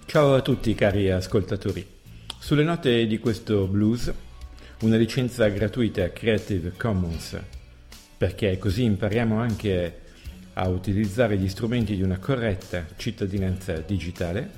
Ciao a tutti cari ascoltatori. Sulle note di questo blues, una licenza gratuita Creative Commons, perché così impariamo anche a utilizzare gli strumenti di una corretta cittadinanza digitale.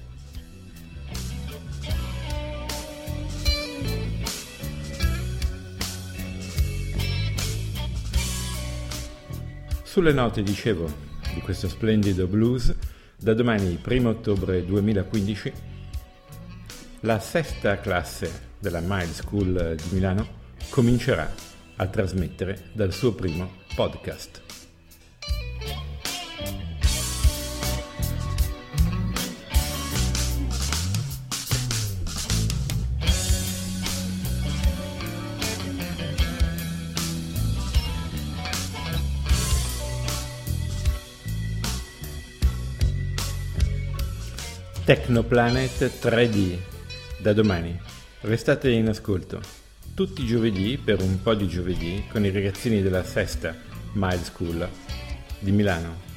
Sulle note, dicevo, di questo splendido blues, da domani 1 ottobre 2015, la sesta classe della Mild School di Milano comincerà a trasmettere dal suo primo podcast. Technoplanet 3D, da domani. Restate in ascolto, tutti i giovedì per un po' di giovedì con i ragazzini della sesta Mild School di Milano.